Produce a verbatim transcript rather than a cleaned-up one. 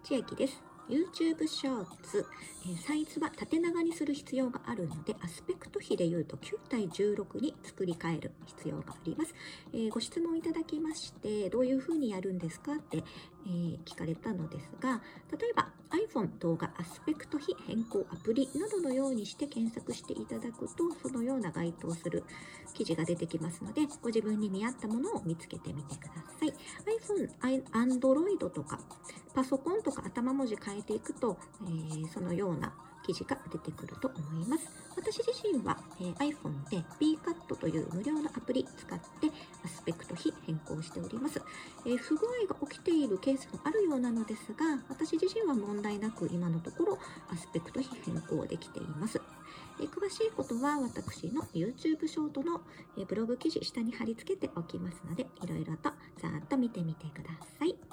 千秋です。YouTube ショーツ、えーサイズは縦長にする必要があるので、アスペクト比でいうときゅう対じゅうろくに作り変える必要があります。えーご質問いただきまして、どういうふうにやるんですかって、えー聞かれたのですが、例えば iPhone 動画アスペクト比変更アプリなどのようにして検索していただくと、そのような該当する記事が出てきますので、ご自分に見合ったものを見つけてみてください。iPhone、Android とかパソコンとか頭文字変えていくと、えーそのような記事が出てくると思います。私自身は、えー iPhone で ピーカット という無料のアプリ使ってアスペクト比変更しております。えー不具合が起きているケースもあるようなのですが、私自身は問題なく今のところアスペクト比変更できています。えー詳しいことは私の YouTube ショートの、えーブログ記事下に貼り付けておきますので、いろいろとざーっと見てみてください。